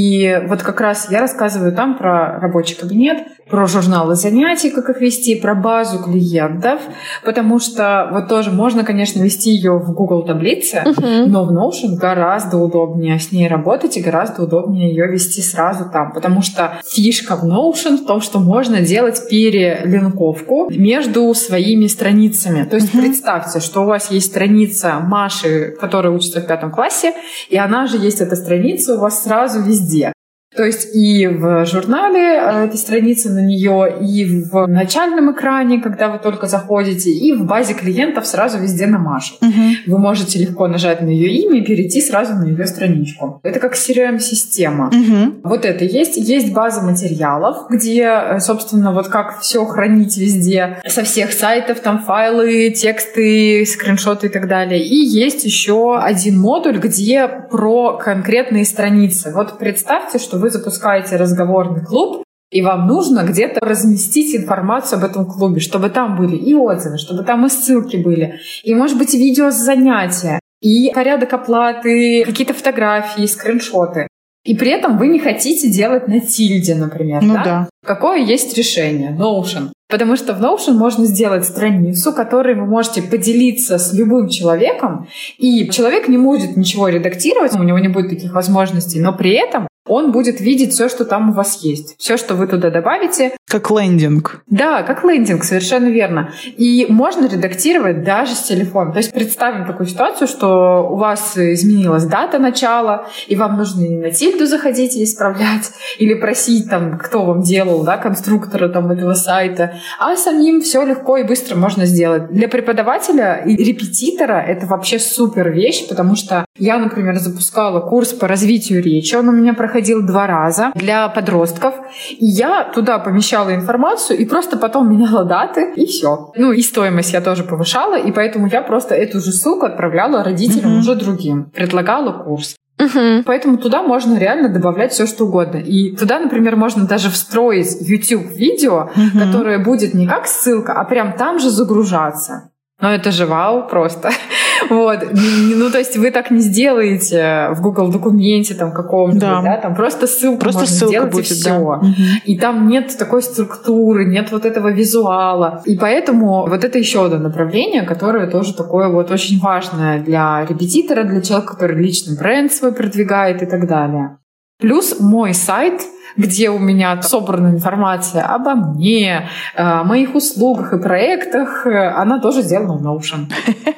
И вот как раз я рассказываю там про рабочий кабинет, про журналы занятий, как их вести, про базу клиентов, потому что вот тоже можно, конечно, вести ее в Google таблице, но в Notion гораздо удобнее с ней работать и гораздо удобнее ее вести сразу там, потому что фишка в Notion в том, что можно делать перелинковку между своими страницами. То есть представьте, что у вас есть страница Маши, которая учится в 5 классе, и она же есть эта страница у вас сразу везде. То есть и в журнале этой страницы на нее, и в начальном экране, когда вы только заходите, и в базе клиентов сразу везде на Машу. Вы можете легко нажать на ее имя и перейти сразу на ее страничку. Это как CRM-система. Вот это есть. Есть база материалов, где, собственно, вот как все хранить везде, со всех сайтов, там файлы, тексты, скриншоты и так далее. И есть еще один модуль, где про конкретные страницы. Вот представьте, что вы запускаете разговорный клуб, и вам нужно где-то разместить информацию об этом клубе, чтобы там были и отзывы, чтобы там и ссылки были, и, может быть, видео с занятия, и порядок оплаты, какие-то фотографии, скриншоты. И при этом вы не хотите делать на тильде, например. Ну да. Какое есть решение? Notion. Потому что в Notion можно сделать страницу, которой вы можете поделиться с любым человеком, и человек не будет ничего редактировать, у него не будет таких возможностей, но при этом он будет видеть все, что там у вас есть. Все, что вы туда добавите. Как лендинг. Да, как лендинг, совершенно верно. И можно редактировать даже с телефона. То есть представим такую ситуацию, что у вас изменилась дата начала, и вам нужно не на тильду заходить и исправлять, или просить, там, кто вам делал, да, конструктора там, этого сайта, а самим все легко и быстро можно сделать. Для преподавателя и репетитора это вообще супер вещь, потому что я, например, запускала курс по развитию речи, он у меня проходил 2 раза для подростков, и я туда помещала информацию и просто потом меняла даты, и все. Ну и стоимость я тоже повышала, и поэтому я просто эту же ссылку отправляла родителям уже другим, предлагала курс. Поэтому туда можно реально добавлять все, что угодно. И туда, например, можно даже встроить YouTube-видео, которое будет не как ссылка, а прям там же загружаться. Ну, это же вау просто. Вот. Ну, то есть вы так не сделаете в Google документе там каком-нибудь, да, там просто ссылку можно сделать будет, и все. Да. И там нет такой структуры, нет вот этого визуала. И поэтому вот это еще одно направление, которое тоже такое вот очень важное для репетитора, для человека, который личный бренд свой продвигает и так далее. Плюс мой сайт, где у меня собрана информация обо мне, моих услугах и проектах, она тоже сделана в Notion.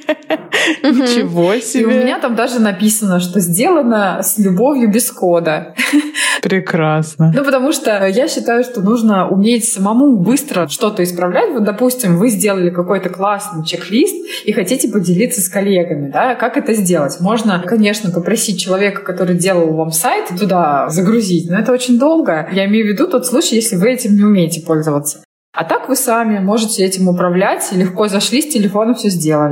Ничего себе! И у меня там даже написано, что сделано с любовью без кода. Прекрасно. Ну, потому что я считаю, что нужно уметь самому быстро что-то исправлять. Вот, допустим, вы сделали какой-то классный чек-лист и хотите поделиться с коллегами, да, как это сделать? Можно, конечно, попросить человека, который делал вам сайт, туда загрузить, но это очень долго. Я имею в виду тот случай, если вы этим не умеете пользоваться. А так вы сами можете этим управлять и легко зашли с телефона, все сделали.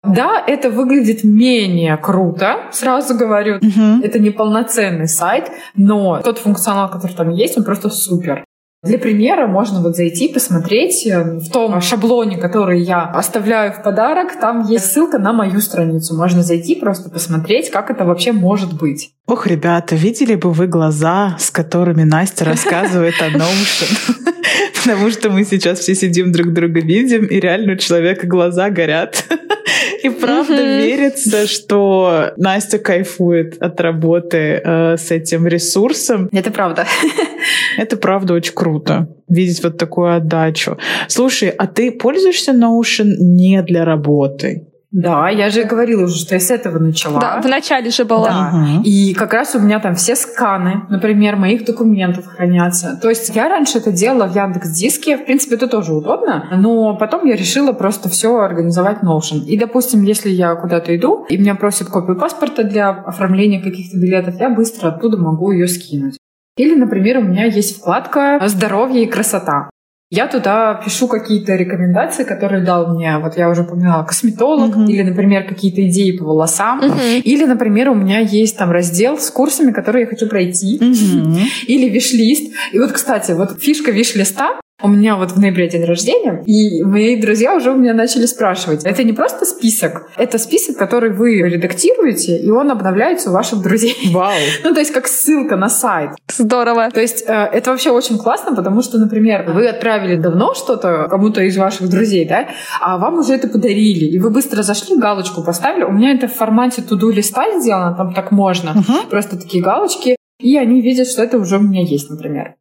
Да, это выглядит менее круто, сразу говорю. Это не полноценный сайт, но тот функционал, который там есть, он просто супер. Для примера можно вот зайти, посмотреть в том шаблоне, который я оставляю в подарок, там есть ссылка на мою страницу. Можно зайти, просто посмотреть, как это вообще может быть. Ох, ребята, видели бы вы глаза, с которыми Настя рассказывает о Notion? Потому что мы сейчас все сидим друг друга видим, и реально у человека глаза горят. И правда верится, что Настя кайфует от работы с этим ресурсом. Это правда. Это правда очень круто, видеть вот такую отдачу. Слушай, а ты пользуешься Notion не для работы? Да, я же говорила уже, что я с этого начала. Да, в начале же было. Да. И как раз у меня там все сканы, например, моих документов хранятся. То есть я раньше это делала в Яндекс.Диске. В принципе, это тоже удобно. Но потом я решила просто все организовать в Notion. И, допустим, если я куда-то иду, и меня просят копию паспорта для оформления каких-то билетов, я быстро оттуда могу ее скинуть. Или, например, у меня есть вкладка «Здоровье и красота». Я туда пишу какие-то рекомендации, которые дал мне, вот я уже упоминала, косметолог, или, например, какие-то идеи по волосам, или, например, у меня есть там раздел с курсами, которые я хочу пройти, или виш-лист. И вот, кстати, вот фишка виш-листа. У меня вот в ноябре день рождения, и мои друзья уже у меня начали спрашивать. Это не просто список, это список, который вы редактируете, и он обновляется у ваших друзей. Вау! Ну, то есть как ссылка на сайт. Здорово. То есть это вообще очень классно, потому что, например, вы отправили давно что-то кому-то из ваших друзей, да, а вам уже это подарили, и вы быстро зашли, галочку поставили. У меня это в формате to-do листа сделано, там так можно. Просто такие галочки. И они видят, что это уже у меня есть, например.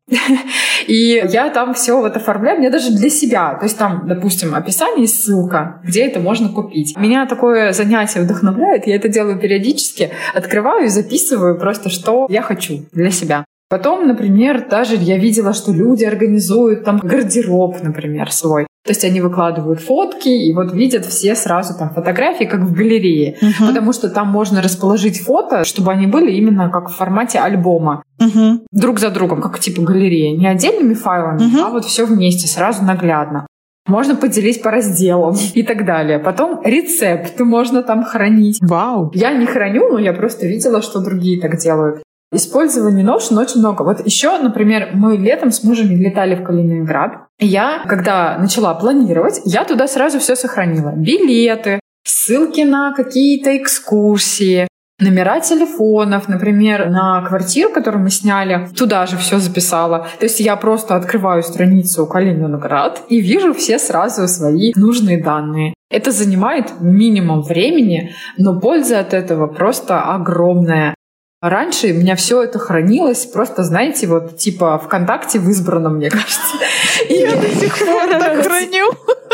И я там все вот оформляю, мне даже для себя. То есть там, допустим, описание и ссылка, где это можно купить. Меня такое занятие вдохновляет, я это делаю периодически, открываю и записываю просто, что я хочу для себя. Потом, например, даже я видела, что люди организуют там гардероб, например, свой. То есть они выкладывают фотки, и вот видят все сразу там фотографии, как в галерее. Потому что там можно расположить фото, чтобы они были именно как в формате альбома. Друг за другом, как типа галерея. Не отдельными файлами, а вот все вместе, сразу наглядно. Можно поделить по разделам и так далее. Потом рецепты можно там хранить. Вау! Я не храню, но я просто видела, что другие так делают. Использования Notion очень много. Вот еще, например, мы летом с мужем летали в Калининград. Я, когда начала планировать, я туда сразу все сохранила. Билеты, ссылки на какие-то экскурсии, номера телефонов, например, на квартиру, которую мы сняли, туда же все записала. То есть я просто открываю страницу Калининград и вижу все сразу свои нужные данные. Это занимает минимум времени, но польза от этого просто огромная. Раньше у меня все это хранилось просто, знаете, вот типа ВКонтакте в избранном, мне кажется. Я до сих пор так храню.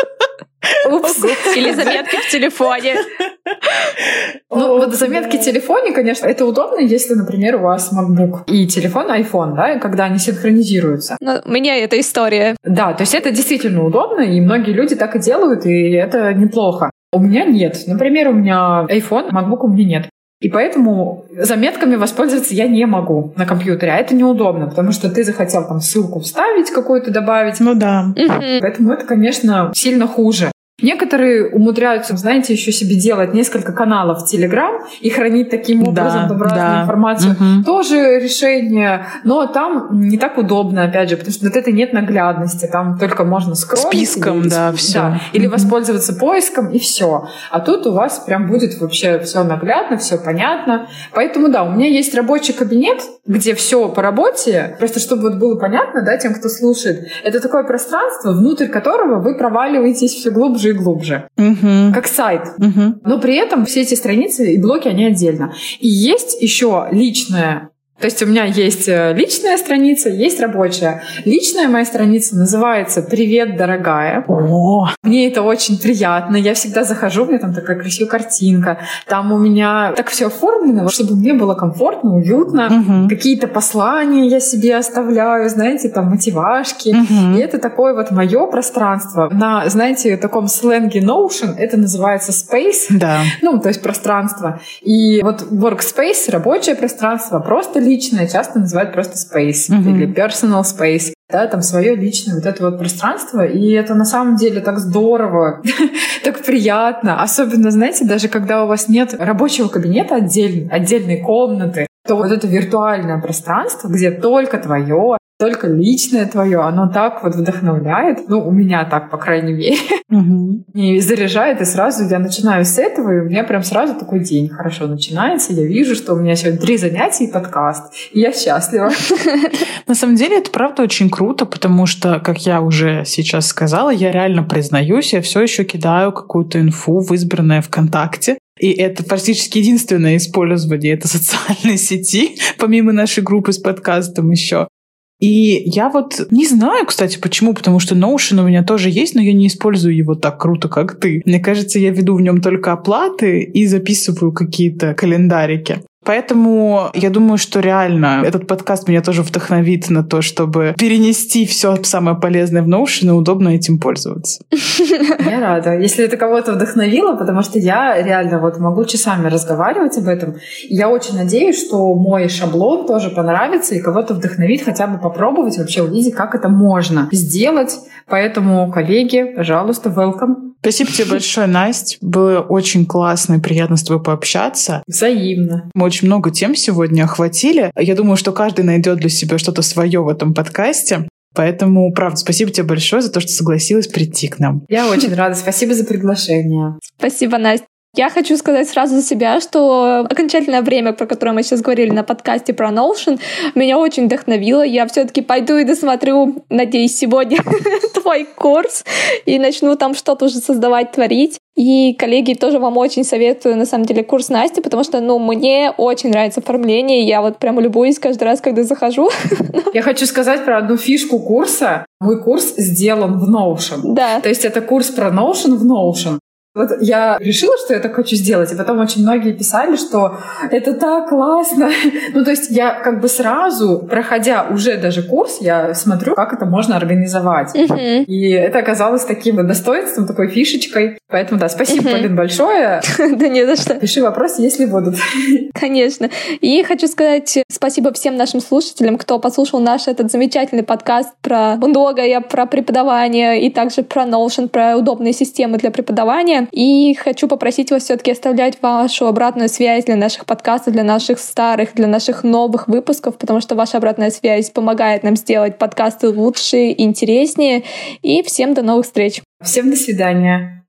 Упс. Или заметки в телефоне. Ну, вот заметки в телефоне, конечно, это удобно, если, например, у вас MacBook и телефон iPhone, да, когда они синхронизируются. Но у меня это история. Да, то есть это действительно удобно, и многие люди так и делают, и это неплохо. У меня нет. Например, у меня iPhone, MacBook у меня нет. И поэтому заметками воспользоваться я не могу на компьютере, а это неудобно, потому что ты захотел там ссылку вставить какую-то, добавить. Ну да. Поэтому это, конечно, сильно хуже. Некоторые умудряются, знаете, еще себе делать несколько каналов в Telegram и хранить таким образом там разную информацию. Тоже решение, но там не так удобно, опять же, потому что вот это нет наглядности, там только можно скроллить. Списком, да, все. Да, или воспользоваться поиском, и все. А тут у вас прям будет вообще все наглядно, все понятно. Поэтому, да, у меня есть рабочий кабинет, где все по работе, просто чтобы вот было понятно, да, тем, кто слушает. Это такое пространство, внутрь которого вы проваливаетесь все глубже и глубже. Как сайт. Но при этом все эти страницы и блоки, они отдельно. И есть еще личное. То есть у меня есть личная страница, есть рабочая. Личная моя страница называется «Привет, дорогая». Мне это очень приятно. Я всегда захожу, у меня там такая красивая картинка. Там у меня так все оформлено, чтобы мне было комфортно, уютно. Какие-то послания я себе оставляю, знаете, там мотивашки. И это такое вот мое пространство. На, знаете, таком сленге Notion это называется space. Да. Ну, то есть пространство. И вот workspace, рабочее пространство, просто личное, часто называют просто space или personal space. да, там свое личное вот это вот пространство, и это на самом деле так здорово, так приятно, особенно, знаете, даже когда у вас нет рабочего кабинета отдельной комнаты, то вот это виртуальное пространство, где только твое, только личное твое, оно так вот вдохновляет, ну, у меня так, по крайней мере, и заряжает, и сразу я начинаю с этого, и у меня прям сразу такой день хорошо начинается, я вижу, что у меня сегодня 3 занятия и подкаст, и я счастлива. На самом деле это правда очень круто, потому что, как я уже сейчас сказала, я реально признаюсь, я все еще кидаю какую-то инфу в избранное ВКонтакте. И это практически единственное использование этой социальной сети, помимо нашей группы с подкастом еще. И я вот не знаю, кстати, почему, потому что Notion у меня тоже есть, но я не использую его так круто, как ты. Мне кажется, я веду в нем только оплаты и записываю какие-то календарики. Поэтому я думаю, что реально этот подкаст меня тоже вдохновит на то, чтобы перенести все самое полезное в Notion и удобно этим пользоваться. Я рада, если это кого-то вдохновило, потому что я реально вот могу часами разговаривать об этом. И я очень надеюсь, что мой шаблон тоже понравится и кого-то вдохновит хотя бы попробовать вообще увидеть, как это можно сделать. Поэтому, коллеги, пожалуйста, welcome. Спасибо тебе большое, Настя. Было очень классно и приятно с тобой пообщаться. Взаимно. Мы очень много тем сегодня охватили. Я думаю, что каждый найдет для себя что-то свое в этом подкасте. Поэтому, правда, спасибо тебе большое за то, что согласилась прийти к нам. Я очень рада. Спасибо за приглашение. Спасибо, Настя. Я хочу сказать сразу за себя, что окончательное время, про которое мы сейчас говорили на подкасте про Notion, меня очень вдохновило. Я все-таки пойду и досмотрю, надеюсь, сегодня твой курс и начну там что-то уже создавать, творить. И, коллеги, тоже вам очень советую, на самом деле, курс Насти, потому что, мне очень нравится оформление. Я вот прямо любуюсь каждый раз, когда захожу. Я хочу сказать про одну фишку курса. Мой курс сделан в Notion. Да. То есть это курс про Notion в Notion. Вот я решила, что я так хочу сделать, и потом очень многие писали, что это так классно. То есть я как бы сразу, проходя уже даже курс, я смотрю, как это можно организовать. И это оказалось таким достоинством, такой фишечкой. Поэтому, да, спасибо, Полин, большое. Да не за что. Пиши вопросы, если будут. Конечно. И хочу сказать спасибо всем нашим слушателям, кто послушал наш этот замечательный подкаст про многое, про преподавание и также про Notion, про удобные системы для преподавания. И хочу попросить вас все-таки оставлять вашу обратную связь для наших подкастов, для наших старых, для наших новых выпусков, потому что ваша обратная связь помогает нам сделать подкасты лучше, интереснее. И всем до новых встреч. Всем до свидания.